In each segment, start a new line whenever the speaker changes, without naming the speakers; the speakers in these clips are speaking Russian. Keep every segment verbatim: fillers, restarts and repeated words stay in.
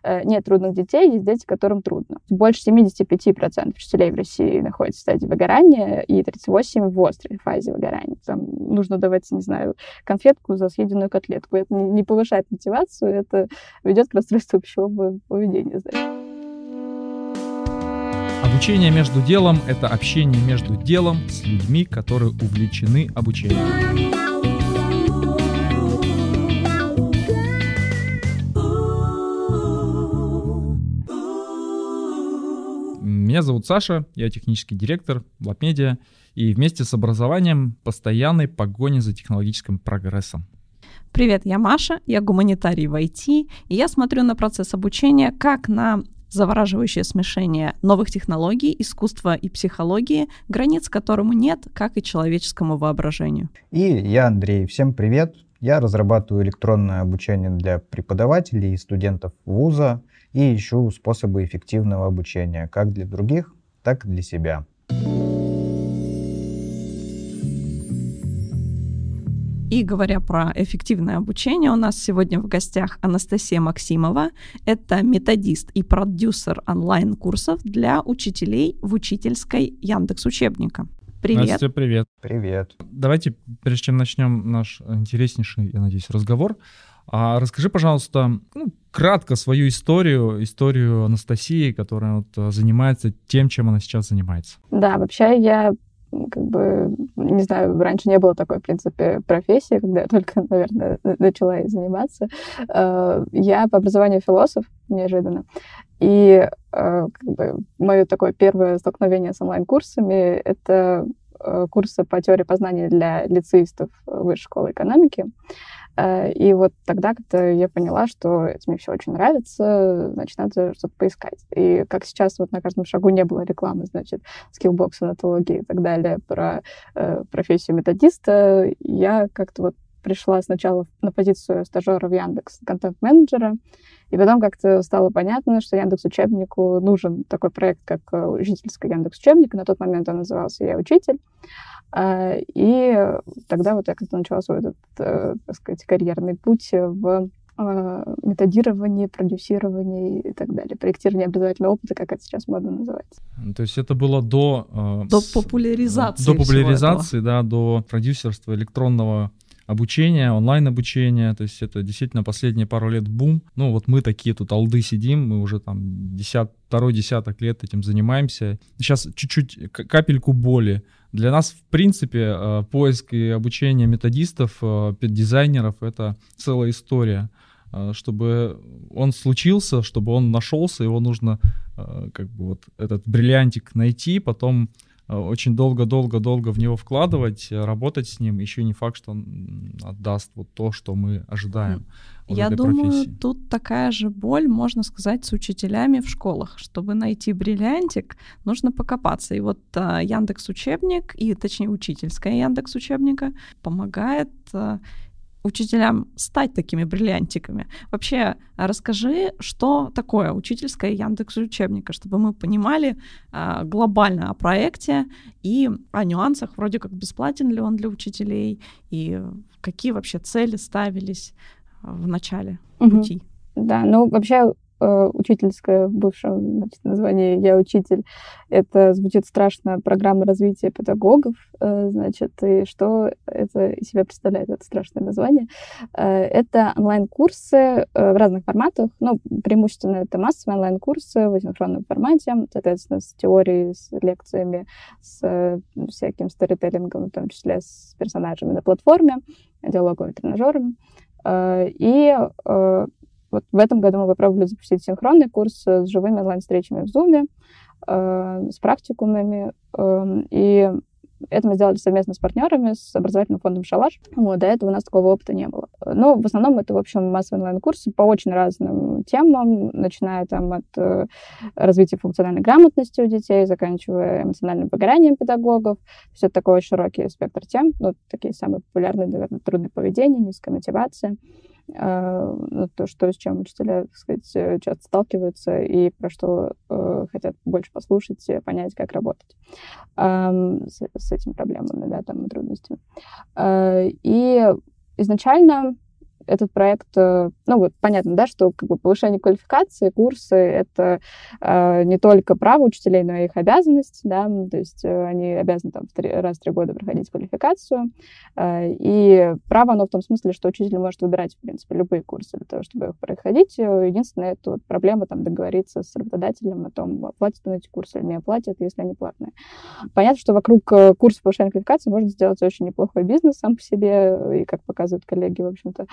нет трудных детей, есть дети, которым трудно. Больше семьдесят пять процентов учителей в России находятся в стадии выгорания, и тридцать восемь процентов в острой фазе выгорания. Там нужно давать, не знаю, конфетку за съеденную котлетку. Это не повышает мотивацию, это ведет к расстройству пищевого поведения.
Обучение между делом – это общение между делом с людьми, которые увлечены обучением. Меня зовут Саша, я технический директор LabMedia, и вместе с образованием постоянной погони за технологическим прогрессом.
Привет, я Маша, я гуманитарий в ай ти, и я смотрю на процесс обучения как на завораживающее смешение новых технологий, искусства и психологии, границ которому нет, как и человеческому воображению.
И я Андрей, всем привет. Я разрабатываю электронное обучение для преподавателей и студентов вуза и ищу способы эффективного обучения как для других, так и для себя.
И говоря про эффективное обучение, у нас сегодня в гостях Анастасия Максимова. Это методист и продюсер онлайн-курсов для учителей в учительской Яндекс.Учебника. Привет.
Настя, привет.
Привет.
Давайте, прежде чем начнем наш интереснейший, я надеюсь, разговор, а расскажи, пожалуйста, ну, кратко свою историю, историю Анастасии, которая вот занимается тем, чем она сейчас занимается.
Да, вообще я как бы, не знаю, раньше не было такой, в принципе, профессии, когда я только, наверное, начала ей заниматься. Я по образованию философ, неожиданно. И как бы мое такое первое столкновение с онлайн-курсами — это курсы по теории познания для лицеистов Высшей школы экономики. И вот тогда как-то я поняла, что это мне все очень нравится, значит, надо что-то поискать. И как сейчас вот на каждом шагу не было рекламы, значит, скиллбокс, анатологии и так далее про э, профессию методиста, я как-то вот пришла сначала на позицию стажера в Яндекс, контент-менеджера, и потом как-то стало понятно, что Яндекс.Учебнику нужен такой проект, как учительский Яндекс.Учебник. На тот момент он назывался «Я учитель». И тогда вот я как-то начала свой этот, так сказать, карьерный путь в методировании, продюсировании и так далее. Проектирование образовательного опыта, как это сейчас модно называется.
То есть это было до...
До популяризации.
До популяризации, да, до продюсерства электронного обучения, онлайн-обучения, то есть это действительно последние пару лет бум. Ну вот мы такие тут алды сидим, мы уже там десят, второй десяток лет этим занимаемся. Сейчас чуть-чуть капельку боли. Для нас, в принципе, поиск и обучение методистов, дизайнеров — это целая история. Чтобы он случился, чтобы он нашелся, его нужно как бы вот этот бриллиантик найти, потом очень долго-долго-долго в него вкладывать, работать с ним. Еще не факт, что он отдаст вот то, что мы ожидаем от
Я
этой
думаю,
профессии.
Тут такая же боль, можно сказать, с учителями в школах. Чтобы найти бриллиантик, нужно покопаться. И вот а, Яндекс.Учебник, и точнее учительская Яндекс.Учебника помогает а, учителям стать такими бриллиантиками. Вообще, расскажи, что такое учительская Яндекс.Учебника, чтобы мы понимали а, глобально о проекте и о нюансах, вроде как бесплатен ли он для учителей, и какие вообще цели ставились в начале
угу.
пути.
Да, ну вообще учительское в бывшем, значит, названии «Я учитель». Это звучит страшно, программа развития педагогов, значит, и что это из себя представляет, это страшное название. Это онлайн-курсы в разных форматах, ну, преимущественно это массовые онлайн-курсы в асинхронном формате, соответственно, с теорией, с лекциями, с всяким сторителлингом, в том числе с персонажами на платформе, диалоговыми тренажерами. И вот в этом году мы попробовали запустить синхронный курс с живыми онлайн-встречами в Zoom, э, с практикумами. Э, и это мы сделали совместно с партнерами, с образовательным фондом «Шалаш». Вот, до этого у нас такого опыта не было. Но в основном это, в общем, массовые онлайн-курсы по очень разным темам, начиная там от э, развития функциональной грамотности у детей, заканчивая эмоциональным выгоранием педагогов. То есть это такой очень широкий спектр тем. Ну, такие самые популярные, наверное, трудное поведение, низкая мотивация. Uh, то, что, с чем учителя, так сказать, часто сталкиваются и про что uh, хотят больше послушать, понять, как работать uh, с, с этими проблемами, да, там, и трудностями. Uh, и изначально этот проект, ну вот понятно, да, что как бы повышение квалификации, курсы — это э, не только право учителей, но и их обязанность, да, то есть э, они обязаны там в три, раз в три года проходить квалификацию, э, и право оно в том смысле, что учитель может выбирать, в принципе, любые курсы для того, чтобы их проходить. Единственное, это вот проблема там договориться с работодателем о том, оплатит он эти курсы или не оплатит, если они платные. Понятно, что вокруг курса повышения квалификации можно сделать очень неплохой бизнес сам по себе, и как показывают коллеги, в общем-то.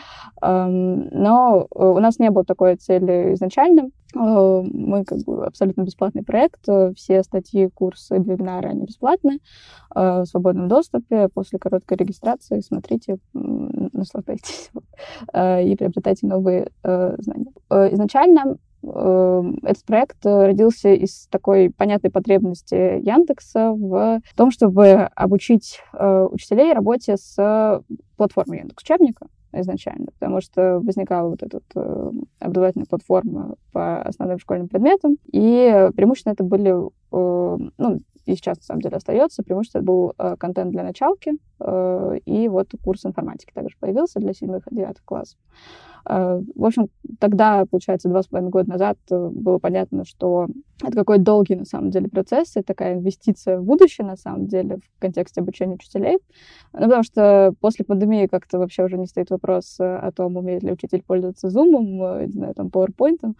Но у нас не было такой цели изначально. Мы как бы абсолютно бесплатный проект. Все статьи, курсы, вебинары, они бесплатны, в свободном доступе. После короткой регистрации смотрите, наслаждайтесь и приобретайте новые знания. Изначально этот проект родился из такой понятной потребности Яндекса в том, чтобы обучить учителей работе с платформой Яндекс.Учебника изначально, потому что возникала вот эта э, образовательная платформа по основным школьным предметам, и преимущественно это были, э, ну, и сейчас на самом деле остается, преимущественно это был э, контент для началки, э, и вот курс информатики также появился для седьмых и девятых классов. Э, в общем, тогда, получается, два с половиной года назад было понятно, что это какой-то долгий, на самом деле, процесс, и такая инвестиция в будущее, на самом деле, в контексте обучения учителей. Ну, потому что после пандемии как-то вообще уже не стоит вопрос о том, умеет ли учитель пользоваться Zoom, не знаю, там, PowerPoint.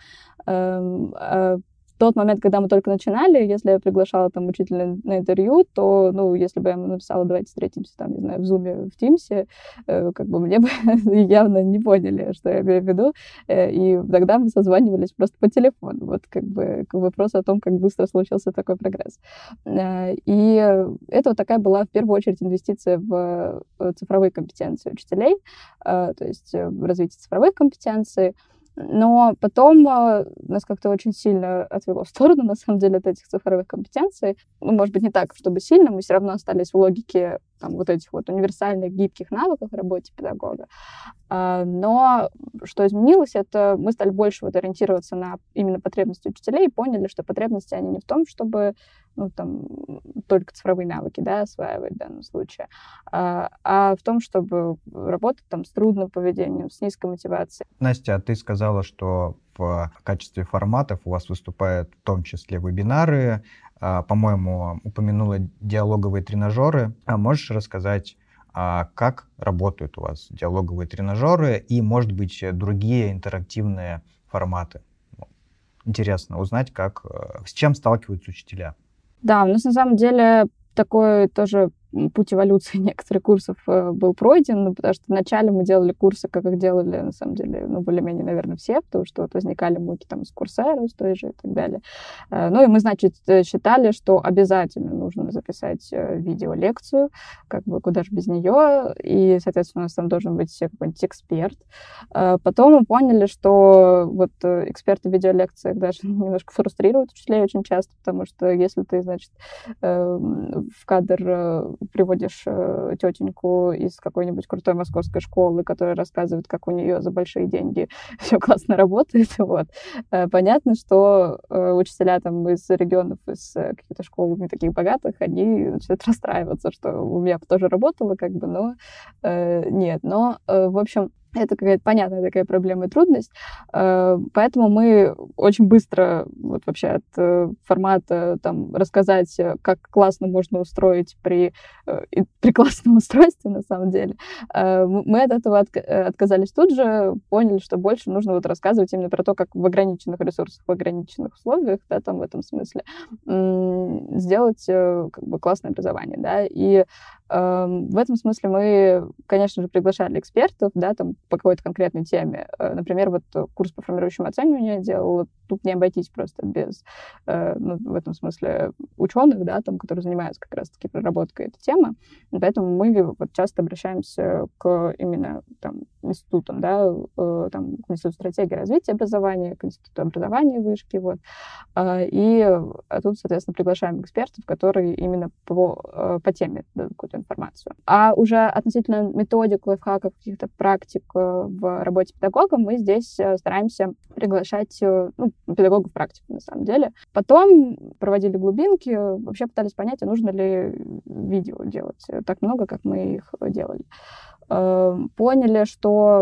В тот момент, когда мы только начинали, если я приглашала там учителя на интервью, то, ну, если бы я ему написала, давайте встретимся там, не знаю, в Zoom, в Teams, э, как бы мне бы явно не поняли, что я имею в виду, э, и тогда мы созванивались просто по телефону. Вот как бы к вопросу о том, как быстро случился такой прогресс. Э, и это вот такая была в первую очередь инвестиция в цифровые компетенции учителей, э, то есть в развитие цифровых компетенций. Но потом нас как-то очень сильно отвело в сторону, на самом деле, от этих цифровых компетенций. Ну, может быть, не так, чтобы сильно, мы все равно остались в логике там, вот этих вот универсальных гибких навыков в работе педагога. Но что изменилось, это мы стали больше вот ориентироваться на именно потребности учителей и поняли, что потребности, они не в том, чтобы ну, там, только цифровые навыки, да, осваивать в данном случае, а, а в том, чтобы работать там с трудным поведением, с низкой мотивацией.
Настя, а ты сказала, что в качестве форматов у вас выступают в том числе вебинары, а, по-моему, упомянула диалоговые тренажеры. А можешь рассказать, а, как работают у вас диалоговые тренажеры и, может быть, другие интерактивные форматы? Интересно узнать, как, с чем сталкиваются учителя.
Да, у нас на самом деле такой тоже путь эволюции некоторых курсов был пройден, ну, потому что вначале мы делали курсы, как их делали, на самом деле, ну, более-менее, наверное, все, потому что вот возникали муки там с Coursera, с той же и так далее. Ну, и мы, значит, считали, что обязательно нужно записать видеолекцию, как бы куда же без нее, и, соответственно, у нас там должен быть какой-нибудь эксперт. Потом мы поняли, что вот эксперты в видеолекциях даже немножко фрустрируют учителей очень часто, потому что если ты, значит, в кадр приводишь э, тетеньку из какой-нибудь крутой московской школы, которая рассказывает, как у нее за большие деньги все классно работает. Вот. Э, понятно, что э, учителя там из регионов, из э, каких-то школ не таких богатых, они начинают расстраиваться, что у меня тоже работало, как бы, но э, нет. Но, э, в общем, это какая-то понятная такая проблема и трудность. Поэтому мы очень быстро вот вообще от формата там, рассказать, как классно можно устроить при, при классном устройстве, на самом деле, мы от этого отказались тут же, поняли, что больше нужно вот рассказывать именно про то, как в ограниченных ресурсах, в ограниченных условиях, да, там в этом смысле, сделать как бы классное образование, да, и в этом смысле мы, конечно же, приглашали экспертов, да, там, по какой-то конкретной теме. Например, вот курс по формирующему оцениванию я делала. Тут не обойтись просто без, ну, в этом смысле, ученых, да, там, которые занимаются как раз-таки проработкой этой темы. Поэтому мы вот часто обращаемся к именно там, институтам, да, там, к Институту стратегии развития образования, к Институту образования вышки, вот. И тут, соответственно, приглашаем экспертов, которые именно по, по теме дадут какую-то информацию. А уже относительно методик, лайфхаков, каких-то практик в работе педагога мы здесь стараемся приглашать, ну, педагогов практику, на самом деле. Потом проводили глубинки, вообще пытались понять, а нужно ли видео делать так много, как мы их делали. Поняли, что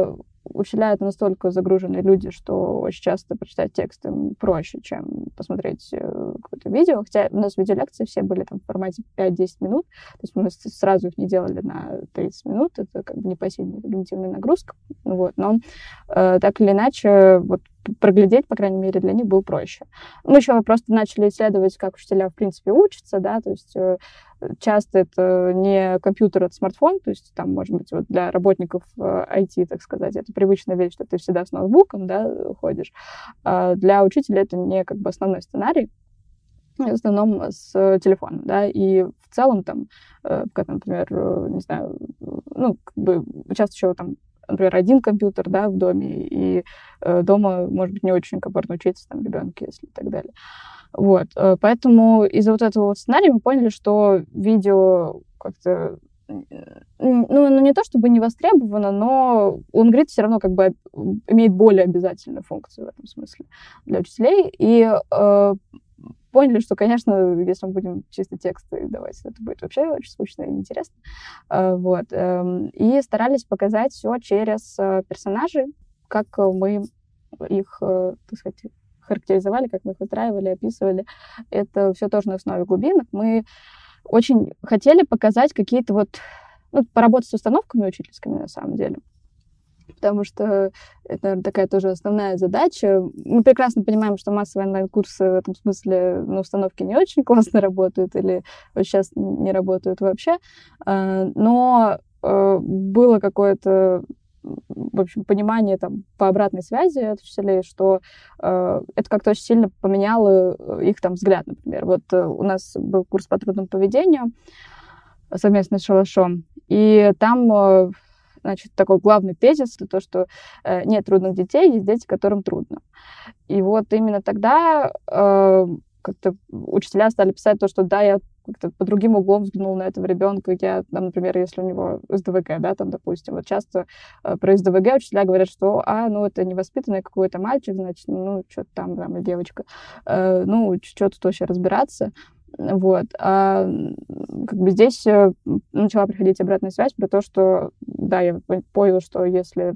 учителя — это настолько загруженные люди, что очень часто прочитать текст им проще, чем посмотреть какое-то видео. Хотя у нас видеолекции все были там в формате пять-десять минут, то есть мы сразу их не делали на тридцать минут, это как бы непосильная когнитивная нагрузка. Вот. Но э, так или иначе, вот проглядеть, по крайней мере, для них было проще. Мы еще просто начали исследовать, как учителя, в принципе, учатся, да, то есть э, часто это не компьютер, это смартфон, то есть там, может быть, вот для работников э, ай ти, так сказать, это привычная вещь, что ты всегда с ноутбуком, да, ходишь. А для учителя это не как бы основной сценарий, в основном с телефоном, да, и в целом там, э, как, например, э, не знаю, ну, как бы часто еще там, например, один компьютер, да, в доме, и э, дома, может быть, не очень комфортно учиться там ребенку, если и так далее. Вот, э, поэтому из-за вот этого вот сценария мы поняли, что видео как-то, ну, ну, не то чтобы не востребовано, но лонгрид все равно как бы имеет более обязательную функцию в этом смысле для учителей, и э, поняли, что, конечно, если мы будем чисто тексты давать, это будет вообще очень скучно и неинтересно. Вот. И старались показать все через персонажей, как мы их, так сказать, характеризовали, как мы их выстраивали, описывали. Это все тоже на основе глубинок. Мы очень хотели показать какие-то вот... Ну, поработать с установками учительскими, на самом деле. Потому что это, наверное, такая тоже основная задача. Мы прекрасно понимаем, что массовые онлайн-курсы в этом смысле на установке не очень классно работают или вот сейчас не работают вообще. Но было какое-то, в общем, понимание там по обратной связи от учителей, что это как-то очень сильно поменяло их там взгляд, например. Вот у нас был курс по трудному поведению совместно с Шалашом, и там... Значит, такой главный тезис — это то, что э, нет трудных детей, есть дети, которым трудно. И вот именно тогда э, как-то учителя стали писать то, что да, я как-то по другим углом взглянул на этого ребенка. Я, там, например, если у него эс дэ вэ гэ, да, там, допустим, вот часто э, про эс дэ вэ гэ учителя говорят, что, а, ну, это невоспитанный какой-то мальчик, значит, ну, что-то там, там, или девочка, э, ну, что тут вообще разбираться. Вот. А как бы здесь начала приходить обратная связь про то, что, да, я поняла, что если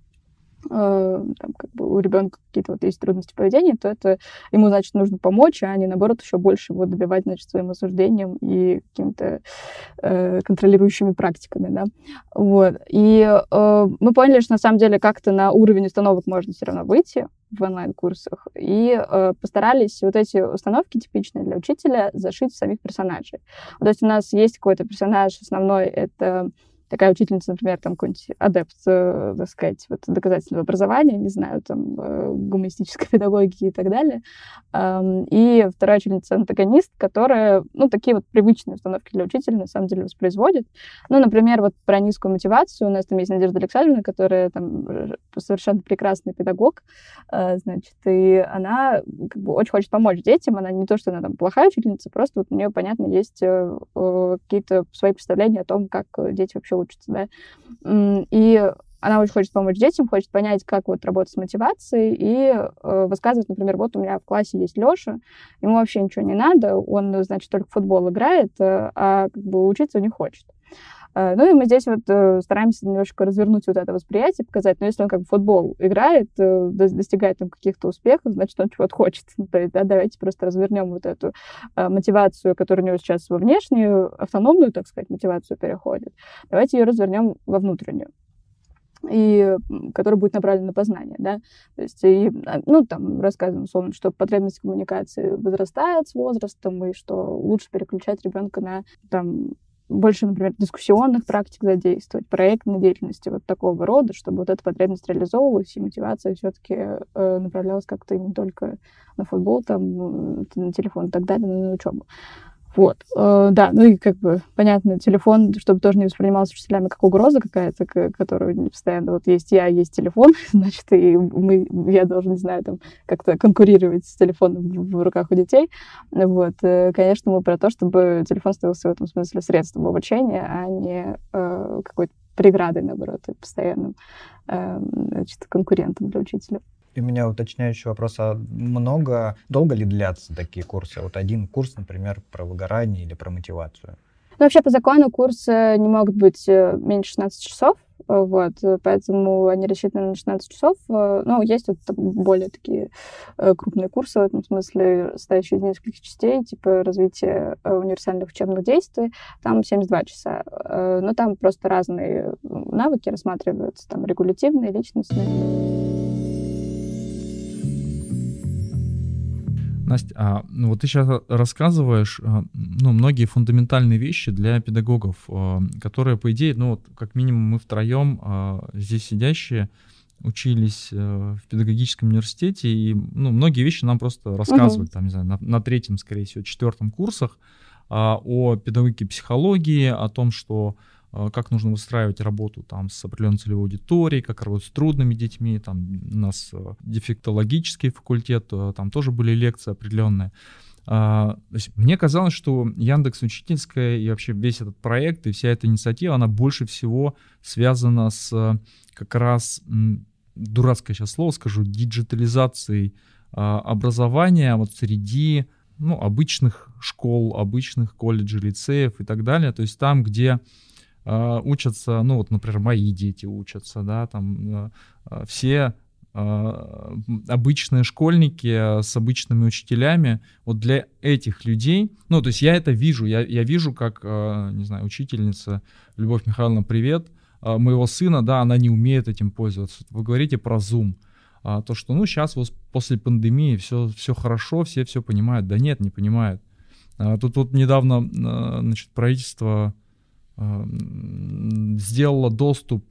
э, там, как бы у ребенка какие-то вот есть трудности поведения, то это ему, значит, нужно помочь, а не, наоборот, еще больше его добивать, значит, своим осуждением и какими-то э, контролирующими практиками, да. Вот. И э, мы поняли, что, на самом деле, как-то на уровень установок можно все равно выйти в онлайн-курсах, и э, постарались вот эти установки типичные для учителя зашить в самих персонажей. То есть у нас есть какой-то персонаж основной, это такая учительница, например, там какой-нибудь адепт, э, так сказать, вот, доказательного образования, не знаю, там, э, гуманистической педагогики и так далее. Эм, и вторая учительница — антагонист, которая, ну, такие вот привычные установки для учителя на самом деле воспроизводит. Ну, например, вот про низкую мотивацию у нас там есть Надежда Александровна, которая там совершенно прекрасный педагог, э, значит, и она как бы очень хочет помочь детям. Она не то, что она там плохая учительница, просто вот у нее, понятно, есть э, э, какие-то свои представления о том, как дети вообще учатся, да. И она очень хочет помочь детям, хочет понять, как вот работать с мотивацией, и э, высказывать, например, вот у меня в классе есть Лёша, ему вообще ничего не надо, он, значит, только в футбол играет, а как бы учиться не хочет. Ну и мы здесь вот э, стараемся немножко развернуть вот это восприятие, показать, ну если он как бы в футбол играет, э, достигает там каких-то успехов, значит, он чего-то хочет. То есть, да, давайте просто развернем вот эту э, мотивацию, которая у него сейчас во внешнюю, автономную, так сказать, мотивацию переходит. Давайте ее развернем во внутреннюю, и который будет направлен на познание, да, то есть, и, ну, там, рассказываем, условно, что потребность коммуникации возрастает с возрастом, и что лучше переключать ребенка на, там, больше, например, дискуссионных практик задействовать, проектной деятельности вот такого рода, чтобы вот эта потребность реализовывалась, и мотивация все-таки э, направлялась как-то не только на футбол, там, на телефон и так далее, но и на учебу. Вот, э, да, ну и как бы, понятно, телефон, чтобы тоже не воспринимался учителями как угроза какая-то, которую постоянно вот есть я, есть телефон, значит, и мы, я должен, не знаю, там, как-то конкурировать с телефоном в, в руках у детей. Вот, э, конечно, мы про то, чтобы телефон становился в этом смысле средством обучения, а не э, какой-то преградой, наоборот, и постоянным э, значит, конкурентом для учителя.
И у меня уточняющий вопрос, а много, долго ли длятся такие курсы? Вот один курс, например, про выгорание или про мотивацию.
Ну, вообще, по закону курсы не могут быть меньше шестнадцати часов. вот, поэтому они рассчитаны на шестнадцать часов. Ну, есть вот более такие крупные курсы в этом смысле, состоящие из нескольких частей, типа развитие универсальных учебных действий, там семьдесят два часа. Но там просто разные навыки рассматриваются, там регулятивные, личностные.
Настя, а, ну вот ты сейчас рассказываешь, ну, многие фундаментальные вещи для педагогов, которые, по идее, ну, вот, как минимум мы втроем здесь сидящие учились в педагогическом университете, и, ну, многие вещи нам просто рассказывали, uh-huh. там, не знаю, на, на третьем, скорее всего, четвертом курсах о педагогике психологии, о том, что как нужно выстраивать работу там с определенной целевой аудиторией, как работать с трудными детьми, там у нас дефектологический факультет, там тоже были лекции определенные. То есть мне казалось, что Яндекс Учительская и вообще весь этот проект и вся эта инициатива, она больше всего связана с как раз, дурацкое сейчас слово скажу, диджитализацией образования вот среди, ну, обычных школ, обычных колледжей, лицеев и так далее. То есть там, где Uh, учатся, ну вот, например, мои дети учатся, да, там uh, все uh, обычные школьники с обычными учителями, вот для этих людей, ну, то есть я это вижу, я, я вижу, как, uh, не знаю, учительница Любовь Михайловна, привет, uh, моего сына, да, она не умеет этим пользоваться. Вы говорите про Zoom, uh, то, что, ну, сейчас вот после пандемии все, все хорошо, все все понимают, да нет, не понимают. Uh, тут вот недавно, uh, значит, правительство сделала доступ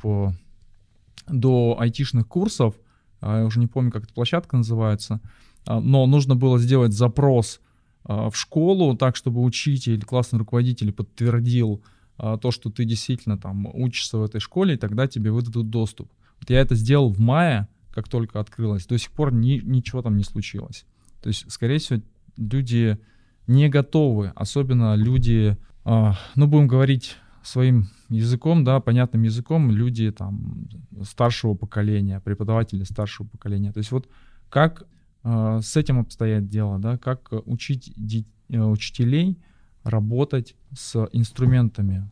до айтишных курсов, я уже не помню, как эта площадка называется, но нужно было сделать запрос в школу так, чтобы учитель, классный руководитель подтвердил то, что ты действительно там учишься в этой школе, и тогда тебе выдадут доступ. Вот я это сделал в мае, как только открылось, до сих пор ни, ничего там не случилось. То есть, скорее всего, люди не готовы, особенно люди, ну, будем говорить своим языком, да, понятным языком, люди там старшего поколения, преподаватели старшего поколения. То есть вот как э, с этим обстоят дело, да, как учить ди- учителей работать с инструментами,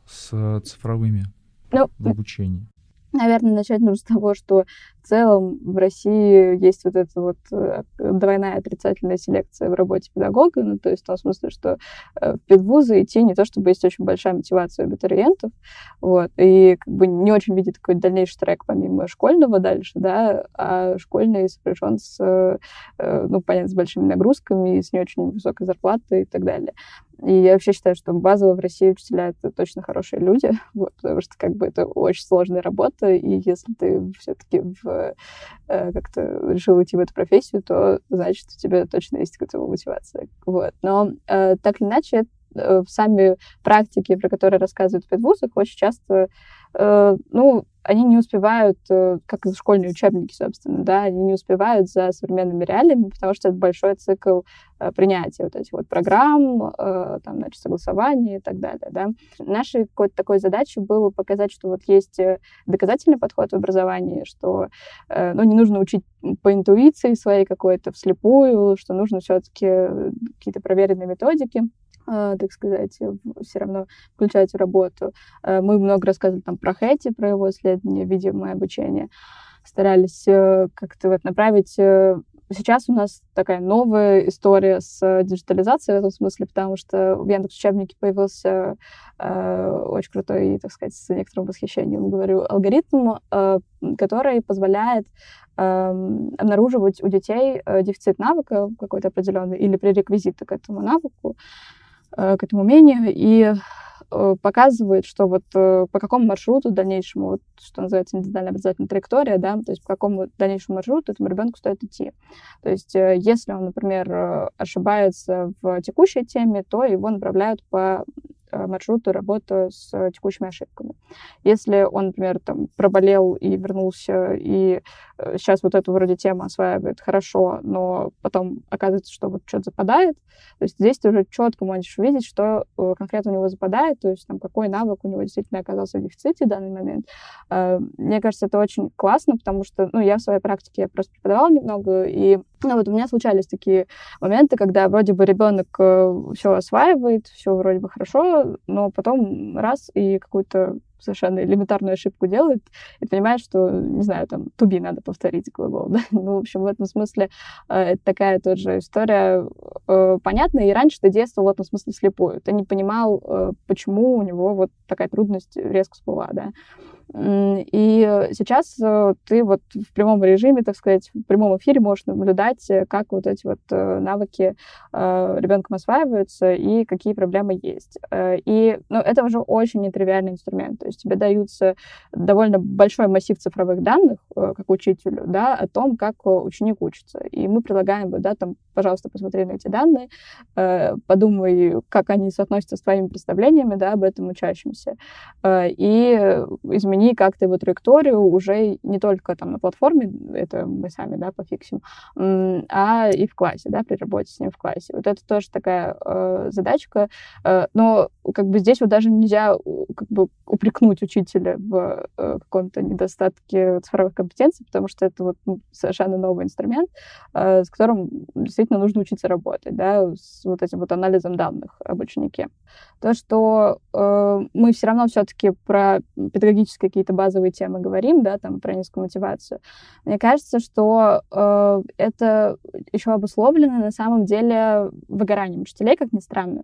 с цифровыми ну, в обучении?
Наверное, начать нужно с того, что в целом в России есть вот эта вот двойная отрицательная селекция в работе педагога, ну, то есть в том смысле, что в педвузы идти не то чтобы есть очень большая мотивация у абитуриентов, вот, и как бы не очень видит такой дальнейший трек помимо школьного дальше, да, а школьный сопряжен с, ну, понятно, с большими нагрузками, с не очень высокой зарплатой и так далее. И я вообще считаю, что базово в России учителя — это точно хорошие люди, вот, потому что как бы это очень сложная работа, и если ты все-таки в, э, как-то решил идти в эту профессию, то значит, у тебя точно есть какая-то мотивация. Вот. Но э, так или иначе, э, сами практики, про которые рассказывают в педвузах, очень часто, э, ну, они не успевают, как и школьные учебники, собственно, да, они не успевают за современными реалиями, потому что это большой цикл принятия вот этих вот программ, там, значит, согласования и так далее, да. Нашей какой-то такой задачей было показать, что вот есть доказательный подход в образовании, что, ну, не нужно учить по интуиции своей какой-то вслепую, что нужно все-таки какие-то проверенные методики, так сказать, все равно включать в работу. Мы много рассказывали там про Хэти, про его исследование, видимое обучение. Старались как-то вот направить. Сейчас у нас такая новая история с диджитализацией в этом смысле, потому что в Яндекс.Учебнике появился э, очень крутой, так сказать, с некоторым восхищением, говорю, алгоритм, э, который позволяет э, обнаруживать у детей э, дефицит навыка какой-то определенный или пререквизиты к этому навыку, к этому умению, и э, показывает, что вот э, по какому маршруту дальнейшему, вот, что называется индивидуальная образовательная траектория, да, то есть по какому дальнейшему маршруту этому ребенку стоит идти. То есть э, если он, например, ошибается в текущей теме, то его направляют по маршруту работы с текущими ошибками. Если он, например, там проболел и вернулся, и сейчас вот эту вроде тему осваивает хорошо, но потом оказывается, что вот что-то западает, то есть здесь ты уже четко можешь увидеть, что конкретно у него западает, то есть там какой навык у него действительно оказался в дефиците в данный момент. Мне кажется, это очень классно, потому что, ну, я в своей практике я просто преподавала немного, и ну, вот у меня случались такие моменты, когда вроде бы ребенок все осваивает, все вроде бы хорошо, но потом раз, и какую-то совершенно элементарную ошибку делает, и понимает, что, не знаю, там, to be надо повторить глагол, да? Ну, в общем, в этом смысле э, это такая тоже история э, понятная, и раньше ты действовал в этом смысле слепую. Ты не понимал, э, почему у него вот такая трудность резко всплыла, да? И сейчас ты вот в прямом режиме, так сказать, в прямом эфире можешь наблюдать, как вот эти вот навыки ребенком осваиваются и какие проблемы есть. И ну, это уже очень нетривиальный инструмент. То есть тебе даются довольно большой массив цифровых данных, как учителю, да, о том, как ученик учится. И мы предлагаем, да, там, пожалуйста, посмотри на эти данные, подумай, как они соотносятся с твоими представлениями, да, об этом учащемся, и измени как-то его траекторию уже не только там на платформе, это мы сами, да, пофиксим, а и в классе, да, при работе с ним в классе. Вот это тоже такая э, задачка, э, но как бы здесь вот даже нельзя как бы упрекнуть учителя в э, каком-то недостатке цифровых компетенций, потому что это вот ну, совершенно новый инструмент, э, с которым действительно нужно учиться работать, да, с вот этим вот анализом данных об ученике. То, что э, мы все равно все-таки про педагогические какие-то базовые темы говорим, да, там, про низкую мотивацию, мне кажется, что э, это еще обусловлено на самом деле выгоранием учителей, как ни странно.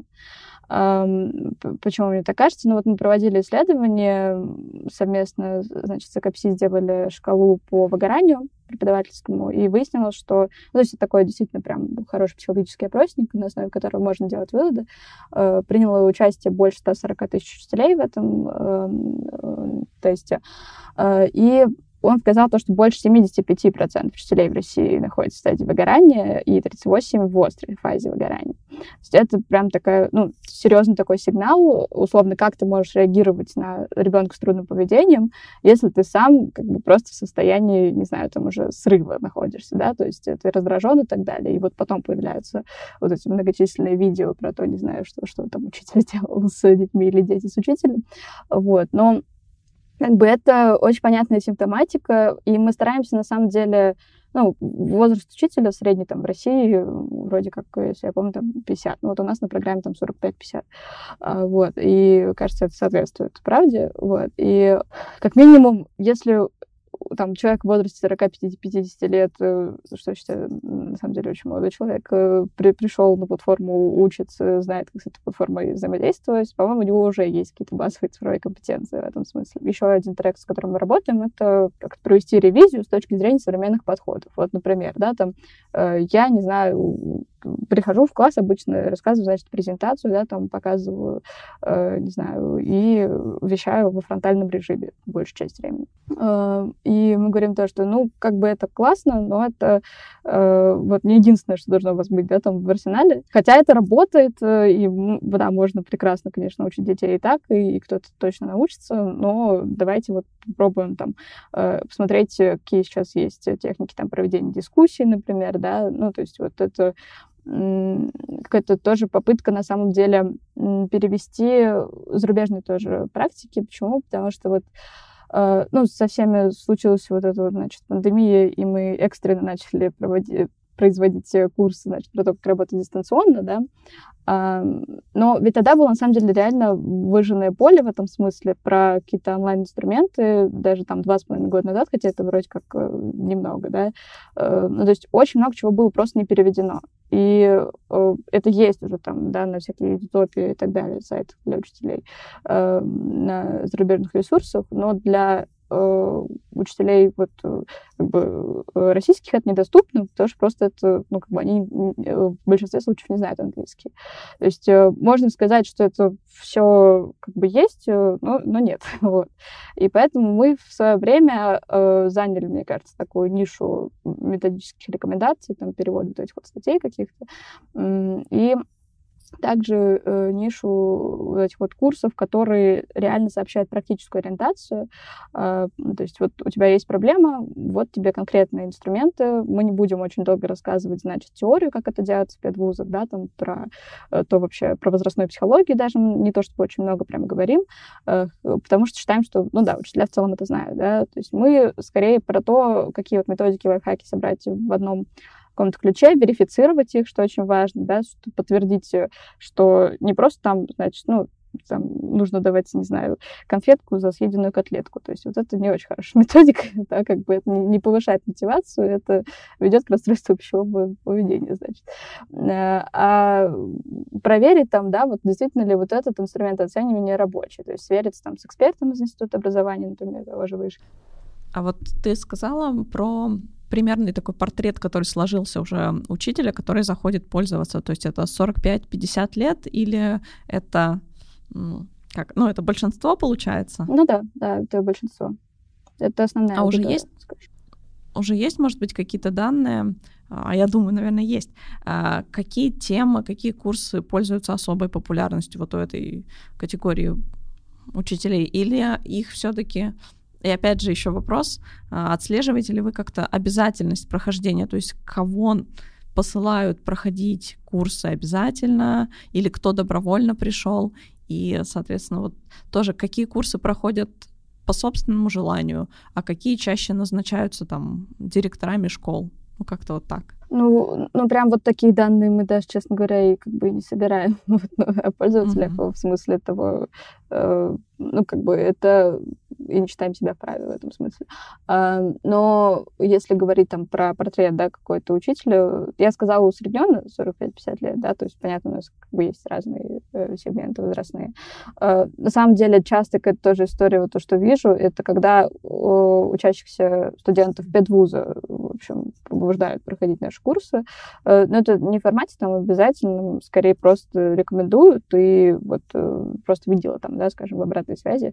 Эм, почему мне так кажется? Ну вот мы проводили исследование совместно, значит, с ЭКОПСИ сделали шкалу по выгоранию преподавательскому, и выяснилось, что... Ну, то есть это такой действительно прям хороший психологический опросник, на основе которого можно делать выводы. Э, приняло участие больше ста сорока тысяч учителей в этом э, тесте. Э, и он показал то, что больше семьдесят пять процентов учителей в России находятся в стадии выгорания и тридцать восемь процентов в острой фазе выгорания. То есть это прям такая, ну, серьезный такой сигнал, условно, как ты можешь реагировать на ребенка с трудным поведением, если ты сам как бы просто в состоянии, не знаю, там уже срыва находишься, да, то есть ты раздражен и так далее. И вот потом появляются вот эти многочисленные видео про то, не знаю, что, что там учитель делал с детьми или дети с учителем. Вот, но как бы это очень понятная симптоматика, и мы стараемся, на самом деле, ну, возраст учителя средний там в России, вроде как, если я помню, там пятьдесят. Ну, вот у нас на программе там сорок пять пятьдесят. А, вот, и, кажется, это соответствует правде. Вот, и как минимум, если там человек в возрасте сорок-пятьдесят лет, что я считаю, на самом деле, очень молодой человек, при, пришел на платформу, учится, знает, как с этой платформой взаимодействовать, по-моему, у него уже есть какие-то базовые цифровые компетенции в этом смысле. Еще один трек, с которым мы работаем, это как провести ревизию с точки зрения современных подходов. Вот, например, да, там, я не знаю, прихожу в класс, обычно рассказываю, значит, презентацию, да, там показываю, э, не знаю, и вещаю во фронтальном режиме большую часть времени. Э, и мы говорим то, что, ну, как бы это классно, но это э, вот не единственное, что должно у вас быть, да, там в арсенале. Хотя это работает, э, и, да, можно прекрасно, конечно, учить детей и так, и, и кто-то точно научится, но давайте вот попробуем там э, посмотреть, какие сейчас есть техники там проведения дискуссий, например, да, ну, то есть вот это какая-то тоже попытка, на самом деле, перевести зарубежные тоже практики. Почему? Потому что вот, э, ну, со всеми случилась вот эта вот, значит, пандемия, и мы экстренно начали проводить, производить курсы, значит, про то, как работать дистанционно, да. А, но ведь тогда было, на самом деле, реально выжженное поле в этом смысле про какие-то онлайн-инструменты, даже там два с половиной года назад, хотя это вроде как немного, да. А, ну, то есть очень много чего было просто не переведено. И э, это есть уже там, да, на всякие утопии и так далее, сайтах для учителей, э, на зарубежных ресурсах, но для э, учителей вот, как бы, российских это недоступно, потому что просто это, ну, как бы они в большинстве случаев не знают английский. То есть э, можно сказать, что это все как бы есть, но, но нет. Вот. И поэтому мы в свое время э, заняли, мне кажется, такую нишу методических рекомендаций, там, перевода вот этих вот статей каких-то, и также э, нишу вот этих вот курсов, которые реально сообщают практическую ориентацию. Э, то есть вот у тебя есть проблема, вот тебе конкретные инструменты. Мы не будем очень долго рассказывать, значит, теорию, как это делается в педвузах, да, там про э, то вообще, про возрастную психологию даже не то, чтобы очень много прямо говорим, э, потому что считаем, что, ну да, учителя в целом это знают, да. То есть мы скорее про то, какие вот методики, лайфхаки собрать в одном в каком-то ключе, верифицировать их, что очень важно, да, что подтвердить, что не просто там, значит, ну, там нужно давать, не знаю, конфетку за съеденную котлетку. То есть вот это не очень хорошая методика, да, как бы это не повышает мотивацию, это ведет к расстройству пищевого поведения, значит. А проверить там, да, вот действительно ли вот этот инструмент оценивания рабочий, то есть свериться там с экспертом из Института образования, например, того же вышки.
А вот ты сказала про примерный такой портрет, который сложился уже учителя, который заходит пользоваться. То есть это сорок пять - пятьдесят лет или это, как, ну, это большинство получается?
Ну да, да, это большинство. Это основная
А
аудитория,
уже есть, уже есть, может быть, какие-то данные, а я думаю, наверное, есть, а какие темы, какие курсы пользуются особой популярностью вот у этой категории учителей? Или их все-таки... И опять же еще вопрос, отслеживаете ли вы как-то обязательность прохождения, то есть кого посылают проходить курсы обязательно, или кто добровольно пришел, и, соответственно, вот тоже какие курсы проходят по собственному желанию, а какие чаще назначаются там директорами школ, ну как-то вот так.
Ну, ну, прям вот такие данные мы даже, честно говоря, и как бы не собираем вот, ну, о пользователях, mm-hmm. в смысле того, э, ну, как бы это и не считаем себя вправе в этом смысле. А, но если говорить там про портрет, да, какой-то учителя, я сказала усредненно сорок пять - пятьдесят лет, да, то есть, понятно, у нас как бы есть разные э, сегменты возрастные. А, на самом деле, часто это тоже история, вот то, что вижу, это когда у учащихся студентов педвуза, в общем, побуждают проходить наши курсы, но это не в формате там обязательном, скорее просто рекомендуют, и вот просто видела там, да, скажем, в обратной связи,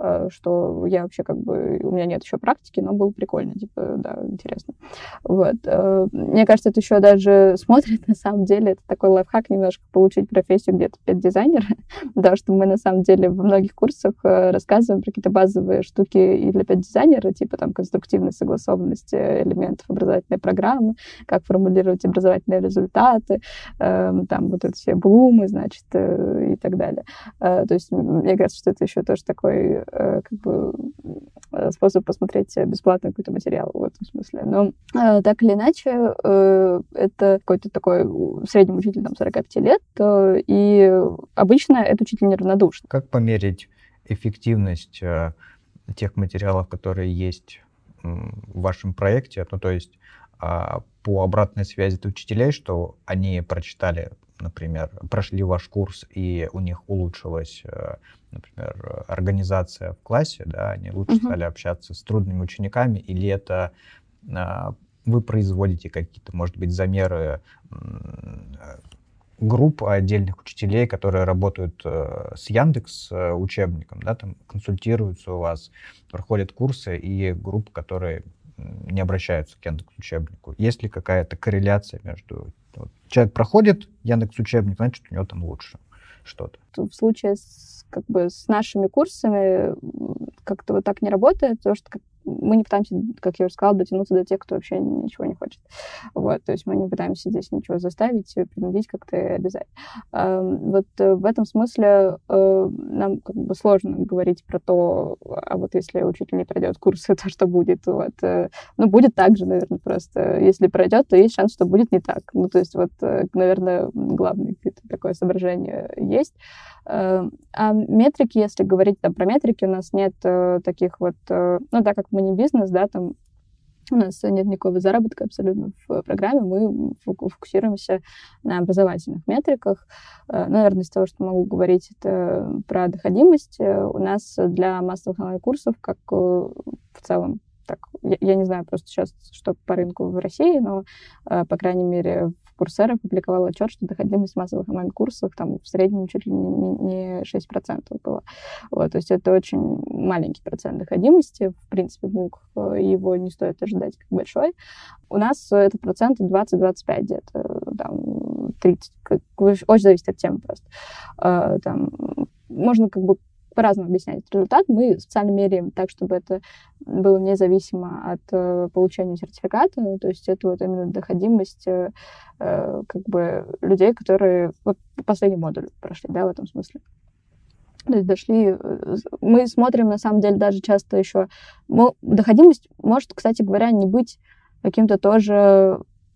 что я вообще как бы, у меня нет еще практики, но было прикольно, типа, да, интересно. Вот. Мне кажется, это еще даже смотрит, на самом деле, это такой лайфхак немножко получить профессию где-то педдизайнера, потому что мы на самом деле во многих курсах рассказываем про какие-то базовые штуки и для педдизайнера, типа там конструктивной согласованности элементов образовательной программы, как формулировать образовательные результаты, э, там вот это все блумы, значит, э, и так далее. Э, то есть мне кажется, что это еще тоже такой э, как бы способ посмотреть бесплатно какой-то материал в этом смысле. Но э, так или иначе, э, это какой-то такой средний учитель там сорок пять лет, э, и обычно этот учитель неравнодушный.
Как померить эффективность э, тех материалов, которые есть в вашем проекте? Ну, то есть э, по обратной связи от учителей, что они прочитали, например, прошли ваш курс, и у них улучшилась, например, организация в классе, да, они лучше uh-huh. стали общаться с трудными учениками, или это вы производите какие-то, может быть, замеры групп отдельных учителей, которые работают с Яндекс учебником, да, там консультируются у вас, проходят курсы, и группы, которые не обращаются к Яндекс.Учебнику. Есть ли какая-то корреляция между... Вот, человек проходит Яндекс.Учебник, значит, у него там лучше что-то.
В случае с, как бы, с нашими курсами как-то вот так не работает, потому что мы не пытаемся, как я уже сказала, дотянуться до тех, кто вообще ничего не хочет. Вот, то есть мы не пытаемся здесь ничего заставить, принудить как-то обязать. Вот в этом смысле нам как бы сложно говорить про то, а вот если учитель не пройдет курсы, то что будет? Вот. Ну, будет так же, наверное, просто. Если пройдет, то есть шанс, что будет не так. Ну, то есть вот, наверное, главное такое соображение есть. А метрики, если говорить там, про метрики, у нас нет таких вот, ну, так как мы не бизнес, да, там у нас нет никакого заработка абсолютно в программе, мы фокусируемся на образовательных метриках. Ну, наверное, из того, что могу говорить, это про доходимость. У нас для массовых онлайн-курсов, как в целом, так, я, я не знаю просто сейчас, что по рынку в России, но, по крайней мере, Курсера публиковал отчет, что доходимость массовых онлайн-курсов там в среднем чуть ли не шесть процентов была. Вот, то есть это очень маленький процент доходимости. В принципе, МУК, его не стоит ожидать как большой. У нас этот процент двадцать - двадцать пять где-то, там, тридцать. Очень зависит от темы просто. Там, можно как бы по-разному объяснять этот результат. Мы специально меряем так, чтобы это было независимо от э, получения сертификата. То есть это вот именно доходимость э, э, как бы людей, которые вот последний модуль прошли, да, в этом смысле. То есть дошли... Мы смотрим, на самом деле, даже часто еще... Доходимость может, кстати говоря, не быть каким-то тоже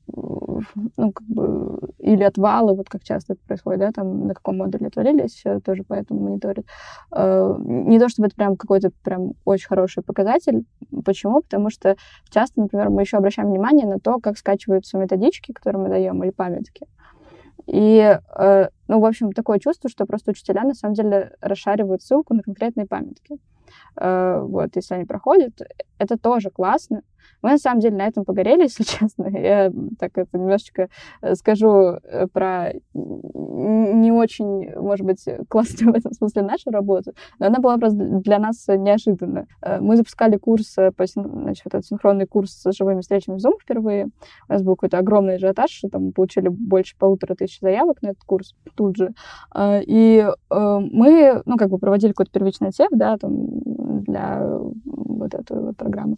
ну, как бы, или отвалы, вот как часто это происходит, да, там, на каком модуле отвалились, тоже поэтому мониторят. Не то, чтобы это прям какой-то прям очень хороший показатель. Почему? Потому что часто, например, мы еще обращаем внимание на то, как скачиваются методички, которые мы даем, или памятки. И, ну, в общем, такое чувство, что просто учителя, на самом деле, расшаривают ссылку на конкретные памятки. Вот, если они проходят, это тоже классно. Мы, на самом деле, на этом погорели, если честно. Я так это немножечко скажу про не очень, может быть, классную в этом смысле нашу работу, но она была просто для нас неожиданна. Мы запускали курс, значит, этот синхронный курс с живыми встречами в Zoom впервые. У нас был какой-то огромный ажиотаж, что там мы получили больше полутора тысяч заявок на этот курс тут же. И мы, ну, как бы проводили какой-то первичный отсев, да, там, для вот этой вот программы.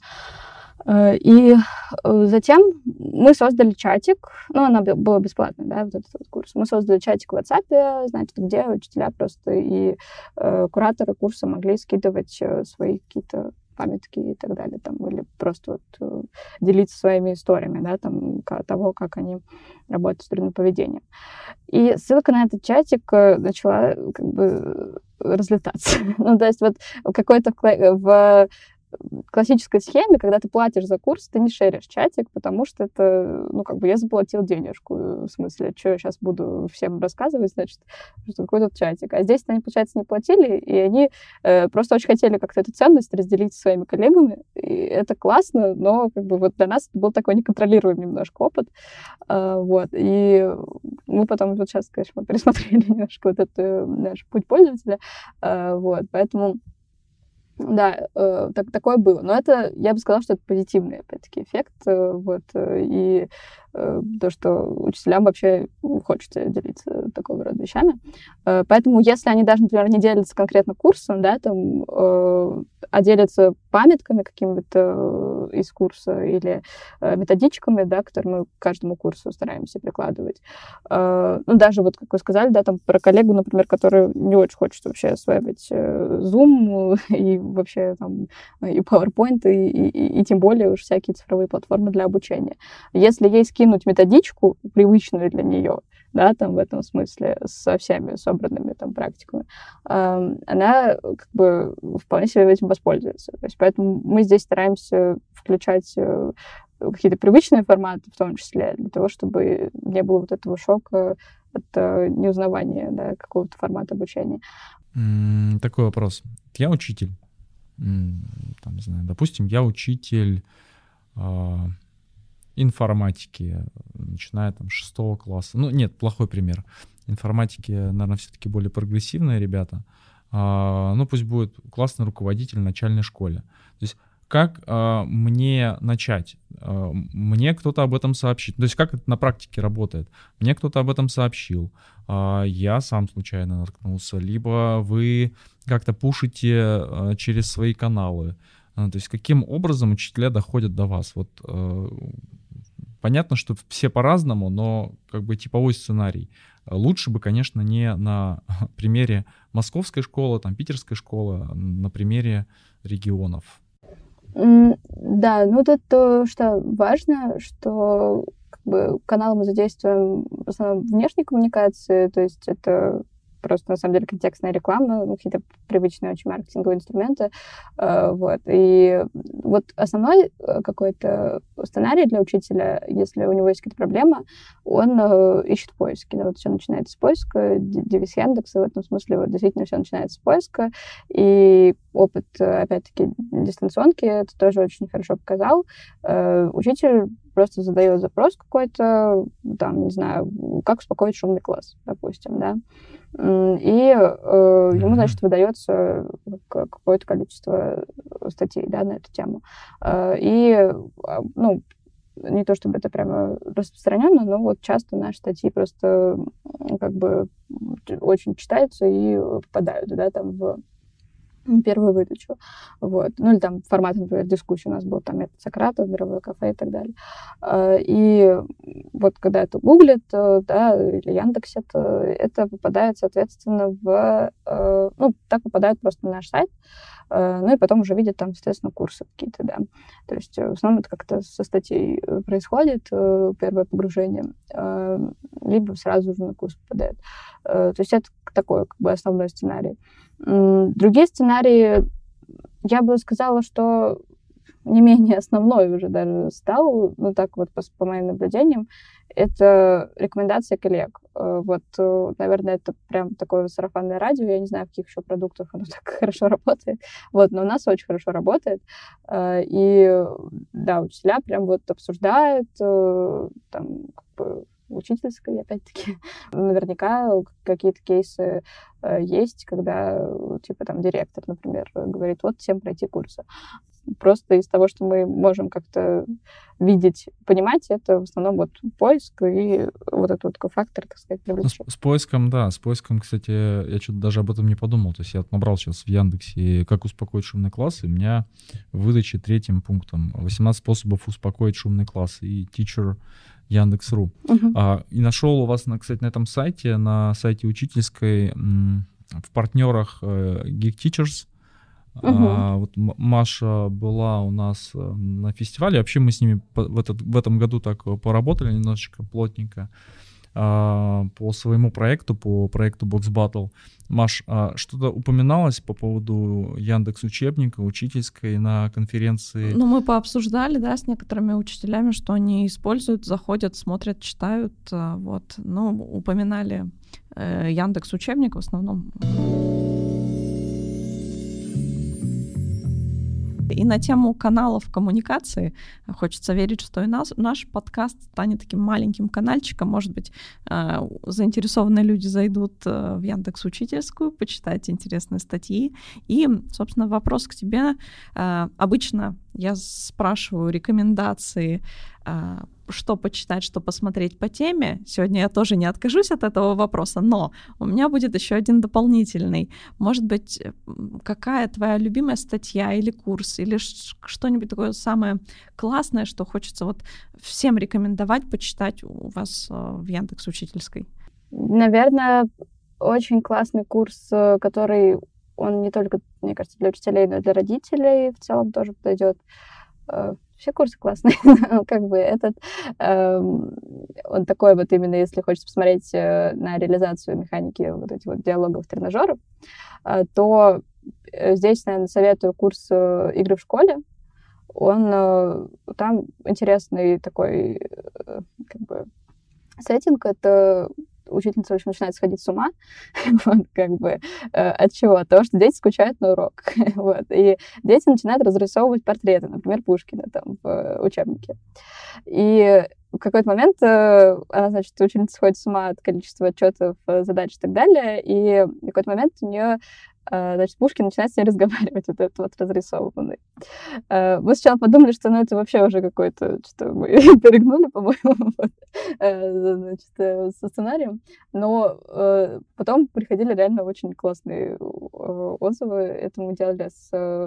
И затем мы создали чатик, ну, она была бесплатная, да, вот этот вот курс. Мы создали чатик в WhatsApp, значит, где учителя просто и э, кураторы курса могли скидывать свои какие-то памятки и так далее, там, или просто вот делиться своими историями, да, там, того, как они работают с трудным поведением. И ссылка на этот чатик начала как бы разлетаться. Ну, то есть вот какой-то в классической схеме, когда ты платишь за курс, ты не шеришь чатик, потому что это, ну, как бы я заплатил денежку, в смысле, что я сейчас буду всем рассказывать, значит, что какой-то чатик. А здесь они, получается, не платили, и они э, просто очень хотели как-то эту ценность разделить со своими коллегами, и это классно, но как бы вот для нас это был такой неконтролируемый немножко опыт, э, вот, и мы потом вот сейчас, конечно, пересмотрели немножко вот этот наш путь пользователя, э, вот, поэтому да, э, так, такое было. Но это, я бы сказала, что это позитивный, опять-таки, эффект. Э, вот, э, и э, то, что учителям вообще хочется делиться такого рода вещами. Э, поэтому, если они даже, например, не делятся конкретно курсом, да, там, э, а делятся памятками какими-то из курса или э, методичками, да, которые мы к каждому курсу стараемся прикладывать. Э, ну, даже вот, как вы сказали, да, там, про коллегу, например, который не очень хочет вообще осваивать э, Zoom и вообще там и PowerPoint, и, и, и тем более уж всякие цифровые платформы для обучения. Если ей скинуть методичку, привычную для нее, да, там в этом смысле, со всеми собранными там практиками, э, она как бы вполне себе этим воспользуется. То есть поэтому мы здесь стараемся включать э, какие-то привычные форматы, в том числе, для того, чтобы не было вот этого шока от э, неузнавания, да, какого-то формата обучения.
Mm, такой вопрос. Я учитель. Там, не знаю, допустим, я учитель э, информатики, начиная там с шестого класса. Ну, нет, плохой пример. Информатики, наверное, все-таки более прогрессивные ребята. Э, ну, пусть будет классный руководитель в начальной школе. То есть как э, мне начать? Э, мне кто-то об этом сообщит. То есть как это на практике работает? Мне кто-то об этом сообщил. Э, я сам случайно наткнулся. Либо вы как-то пушите э, через свои каналы. Э, то есть каким образом учителя доходят до вас? Вот э, понятно, что все по-разному, но как бы типовой сценарий. Лучше бы, конечно, не на примере московской школы, там, питерской школы, а на примере регионов.
Да, ну тут то, что важно, что как бы каналом мы задействуем в основном внешней коммуникации, то есть это просто, на самом деле, контекстная реклама, ну, какие-то привычные очень маркетинговые инструменты, э, вот. И вот основной какой-то сценарий для учителя, если у него есть какая-то проблема, он э, ищет поиски, да, вот все начинается с поиска, девиз Яндекса, в этом смысле вот действительно все начинается с поиска, и опыт, опять-таки, дистанционки это тоже очень хорошо показал. Э, учитель просто задает запрос какой-то, там, не знаю, как успокоить шумный класс, допустим, да, и э, ему, значит, выдается какое-то количество статей, да, на эту тему. Э, и, ну, не то чтобы это прямо распространенно, но вот часто наши статьи просто как бы очень читаются и попадают, да, там в первую выдачу. Вот. Ну, или там формат, например, дискуссии у нас был, там, метод Сократа, мировое кафе и так далее. И вот когда это гуглит, да, или Яндексит, это попадает, соответственно, в... Ну, так попадает просто на наш сайт. ну и потом уже видят там, соответственно, курсы какие-то, да. То есть в основном это как-то со статей происходит, первое погружение, либо сразу же на курс попадает. То есть это такой как бы основной сценарий. Другие сценарии, я бы сказала, что не менее основной уже даже стал, ну так вот по, по моим наблюдениям, это рекомендация коллег. Вот, наверное, это прям такое сарафанное радио. Я не знаю, в каких еще продуктах оно так хорошо работает. Вот, но у нас очень хорошо работает. И да, учителя прям вот обсуждают, там, как бы, учительской, опять-таки, наверняка какие-то кейсы есть, когда, типа, там, директор, например, говорит, вот, всем пройти курсы. Просто из того, что мы можем как-то видеть, понимать, это в основном вот поиск и вот этот вот такой фактор, так сказать, привлечения.
Ну, с, с поиском, да, с поиском, кстати, я что-то даже об этом не подумал. То есть я набрал сейчас в Яндексе «Как успокоить шумный класс», и у меня в выдаче третьим пунктом восемнадцать способов успокоить шумный класс и teacher Яндекс.ру. Uh-huh. А, и нашел у вас, на, кстати, на этом сайте, на сайте учительской, м, в партнерах э, Geek Teachers. Uh-huh. А, вот Маша была у нас на фестивале. Вообще мы с ними в, этот, в этом году так поработали немножечко плотненько а, по своему проекту, по проекту Box Battle. Маш, а что-то упоминалось по поводу Яндекс учебника, учительской на конференции?
Ну, мы пообсуждали, да, с некоторыми учителями, что они используют, заходят, смотрят, читают. Вот. Ну, упоминали э, Яндекс учебник в основном. И на тему каналов коммуникации хочется верить, что и нас, наш подкаст станет таким маленьким канальчиком. Может быть, э, заинтересованные люди зайдут э, в Яндекс.Учительскую, почитать интересные статьи. И, собственно, вопрос к тебе. Э, обычно я спрашиваю рекомендации, э, что почитать, что посмотреть по теме. Сегодня я тоже не откажусь от этого вопроса, но у меня будет еще один дополнительный. Может быть, какая твоя любимая статья или курс, или что-нибудь такое самое классное, что хочется вот всем рекомендовать почитать у вас в Яндекс.Учительской?
Наверное, очень классный курс, который он не только, мне кажется, для учителей, но и для родителей в целом тоже подойдет. Все курсы классные, как бы этот, э, он такой вот именно, если хочется посмотреть на реализацию механики вот этих вот диалогов, тренажеров, э, то здесь, наверное, советую курс «Игры в школе». Он, э, там интересный такой, э, как бы, сеттинг, это учительница очень начинает сходить с ума, вот, как бы, э, от чего? От того, что дети скучают на урок, вот, и дети начинают разрисовывать портреты, например, Пушкина там в учебнике. И в какой-то момент э, она, значит, ученица сходит с ума от количества отчетов, задач и так далее, и в какой-то момент у нее значит, Пушкин начинает с ней разговаривать, вот этот вот разрисованный. Мы сначала подумали, что ну, это вообще уже какое-то, что мы перегнули, по-моему, вот, значит, со сценарием, но потом приходили реально очень классные отзывы. Это мы делали с,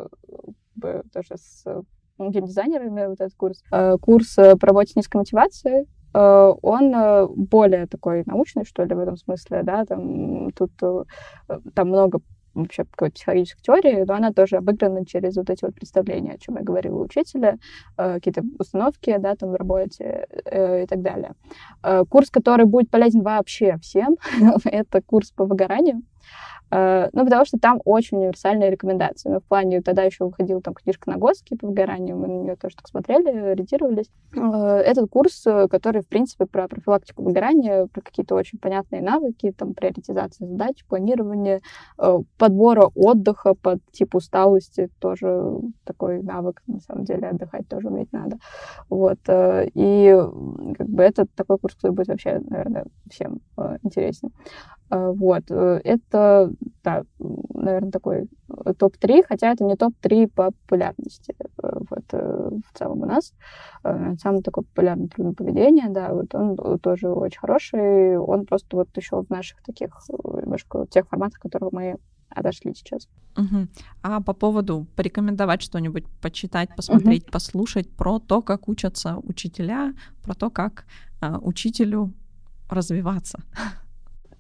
тоже с геймдизайнерами, вот этот курс. Курс по работе с низкой мотивацией. Он более такой научный, что ли, в этом смысле, да, там, тут там много вообще какой-то психологической теории, но она тоже обыграна через вот эти вот представления, о чем я говорила, учителя, э, какие-то установки, да, там в работе э, и так далее. Э, курс, который будет полезен вообще всем, это курс по выгоранию. Uh, ну, потому что там очень универсальные рекомендации. Ну, в плане, тогда еще выходила там книжка Нагоски по выгоранию, мы на нее тоже так смотрели, ориентировались. Uh, этот курс, который, в принципе, про профилактику выгорания, про какие-то очень понятные навыки, там, приоритизация задач, планирование, uh, подбора отдыха под тип усталости, тоже такой навык, на самом деле, отдыхать тоже уметь надо. Вот. Uh, и, как бы, это такой курс, который будет вообще, наверное, всем uh, интересен. Вот, это, да, наверное, такой топ три, хотя это не топ три по популярности вот, в целом у нас. Самый такой популярный трудное поведение, да, вот он тоже очень хороший, он просто вот еще в наших таких, немножко тех форматах, которые мы отошли сейчас.
Угу. А по поводу порекомендовать что-нибудь почитать, посмотреть, угу. послушать про то, как учатся учителя, про то, как э, учителю развиваться?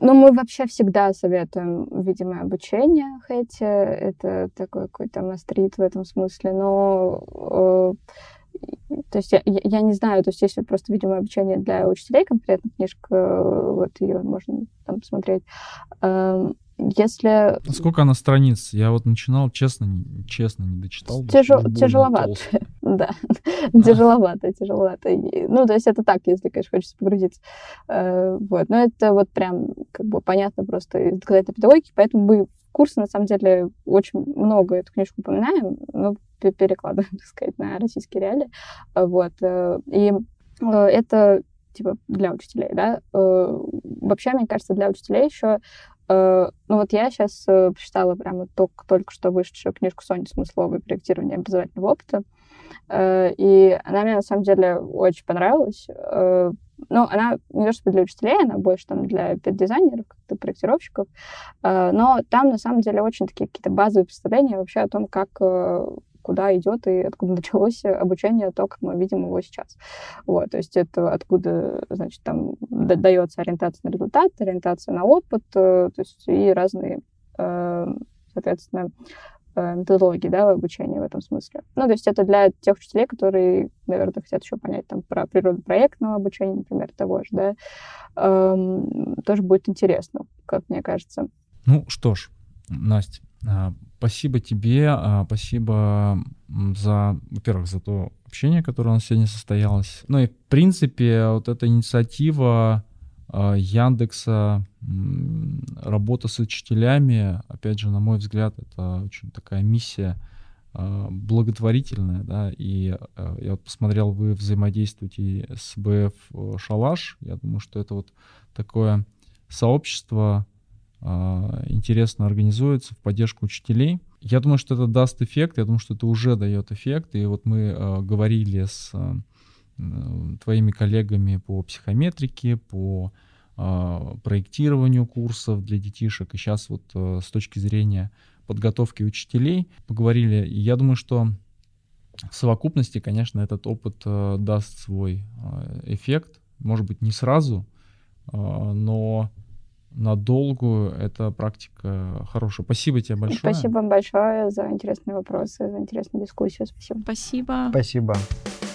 Ну, мы вообще всегда советуем видимое обучение Хэти. Это такой какой-то мастрит в этом смысле. Но, э, то есть я, я не знаю, то есть если просто видимое обучение для учителей, конкретно книжка, вот ее можно там посмотреть. Э, Если...
Сколько она страниц? Я вот начинал, честно, честно не дочитал.
Тяжел, тяжеловато. Да, тяжеловато, тяжеловато. Ну, то есть это так, если, конечно, хочется погрузиться. Вот. Но это вот прям как бы понятно просто из доказательной педагогики, поэтому мы в курсе, на самом деле, очень много эту книжку упоминаем, ну, перекладываем, так сказать, на российские реалии. Вот. И это типа для учителей, да. Вообще, мне кажется, для учителей еще Uh, ну вот я сейчас uh, прочитала прямо только, только что вышедшую книжку Сони Смысловой «Проектирование образовательного опыта», uh, и она мне на самом деле очень понравилась. Uh, ну, она не то чтобы для учителей, она больше там для дизайнеров, как-то проектировщиков, uh, но там на самом деле очень такие какие-то базовые представления вообще о том, как uh, куда идет и откуда началось обучение, то, как мы видим его сейчас. Вот, то есть это откуда, значит, там дается ориентация на результат, ориентация на опыт, то есть и разные, соответственно, методологии, да, обучения в этом смысле. Ну, то есть это для тех учителей, которые, наверное, хотят еще понять там про природу проектного обучения, например, того же, да, тоже будет интересно, как мне кажется.
Ну, что ж, Настя, спасибо тебе, спасибо за, во-первых, за то общение, которое у нас сегодня состоялось. Ну и, в принципе, вот эта инициатива Яндекса, работа с учителями, опять же, на мой взгляд, это очень такая миссия благотворительная, да, и я вот посмотрел, вы взаимодействуете с БФ «Шалаш», я думаю, что это вот такое сообщество интересно организуется в поддержку учителей. Я думаю, что это даст эффект, я думаю, что это уже дает эффект. И вот мы э, говорили с э, твоими коллегами по психометрике, по э, проектированию курсов для детишек. И сейчас вот э, с точки зрения подготовки учителей поговорили. И я думаю, что в совокупности, конечно, этот опыт э, даст свой э, эффект. Может быть, не сразу, э, но... на долгую эта практика хорошая. Спасибо тебе большое.
Спасибо вам большое за интересные вопросы, за интересную дискуссию. Спасибо.
Спасибо.
Спасибо.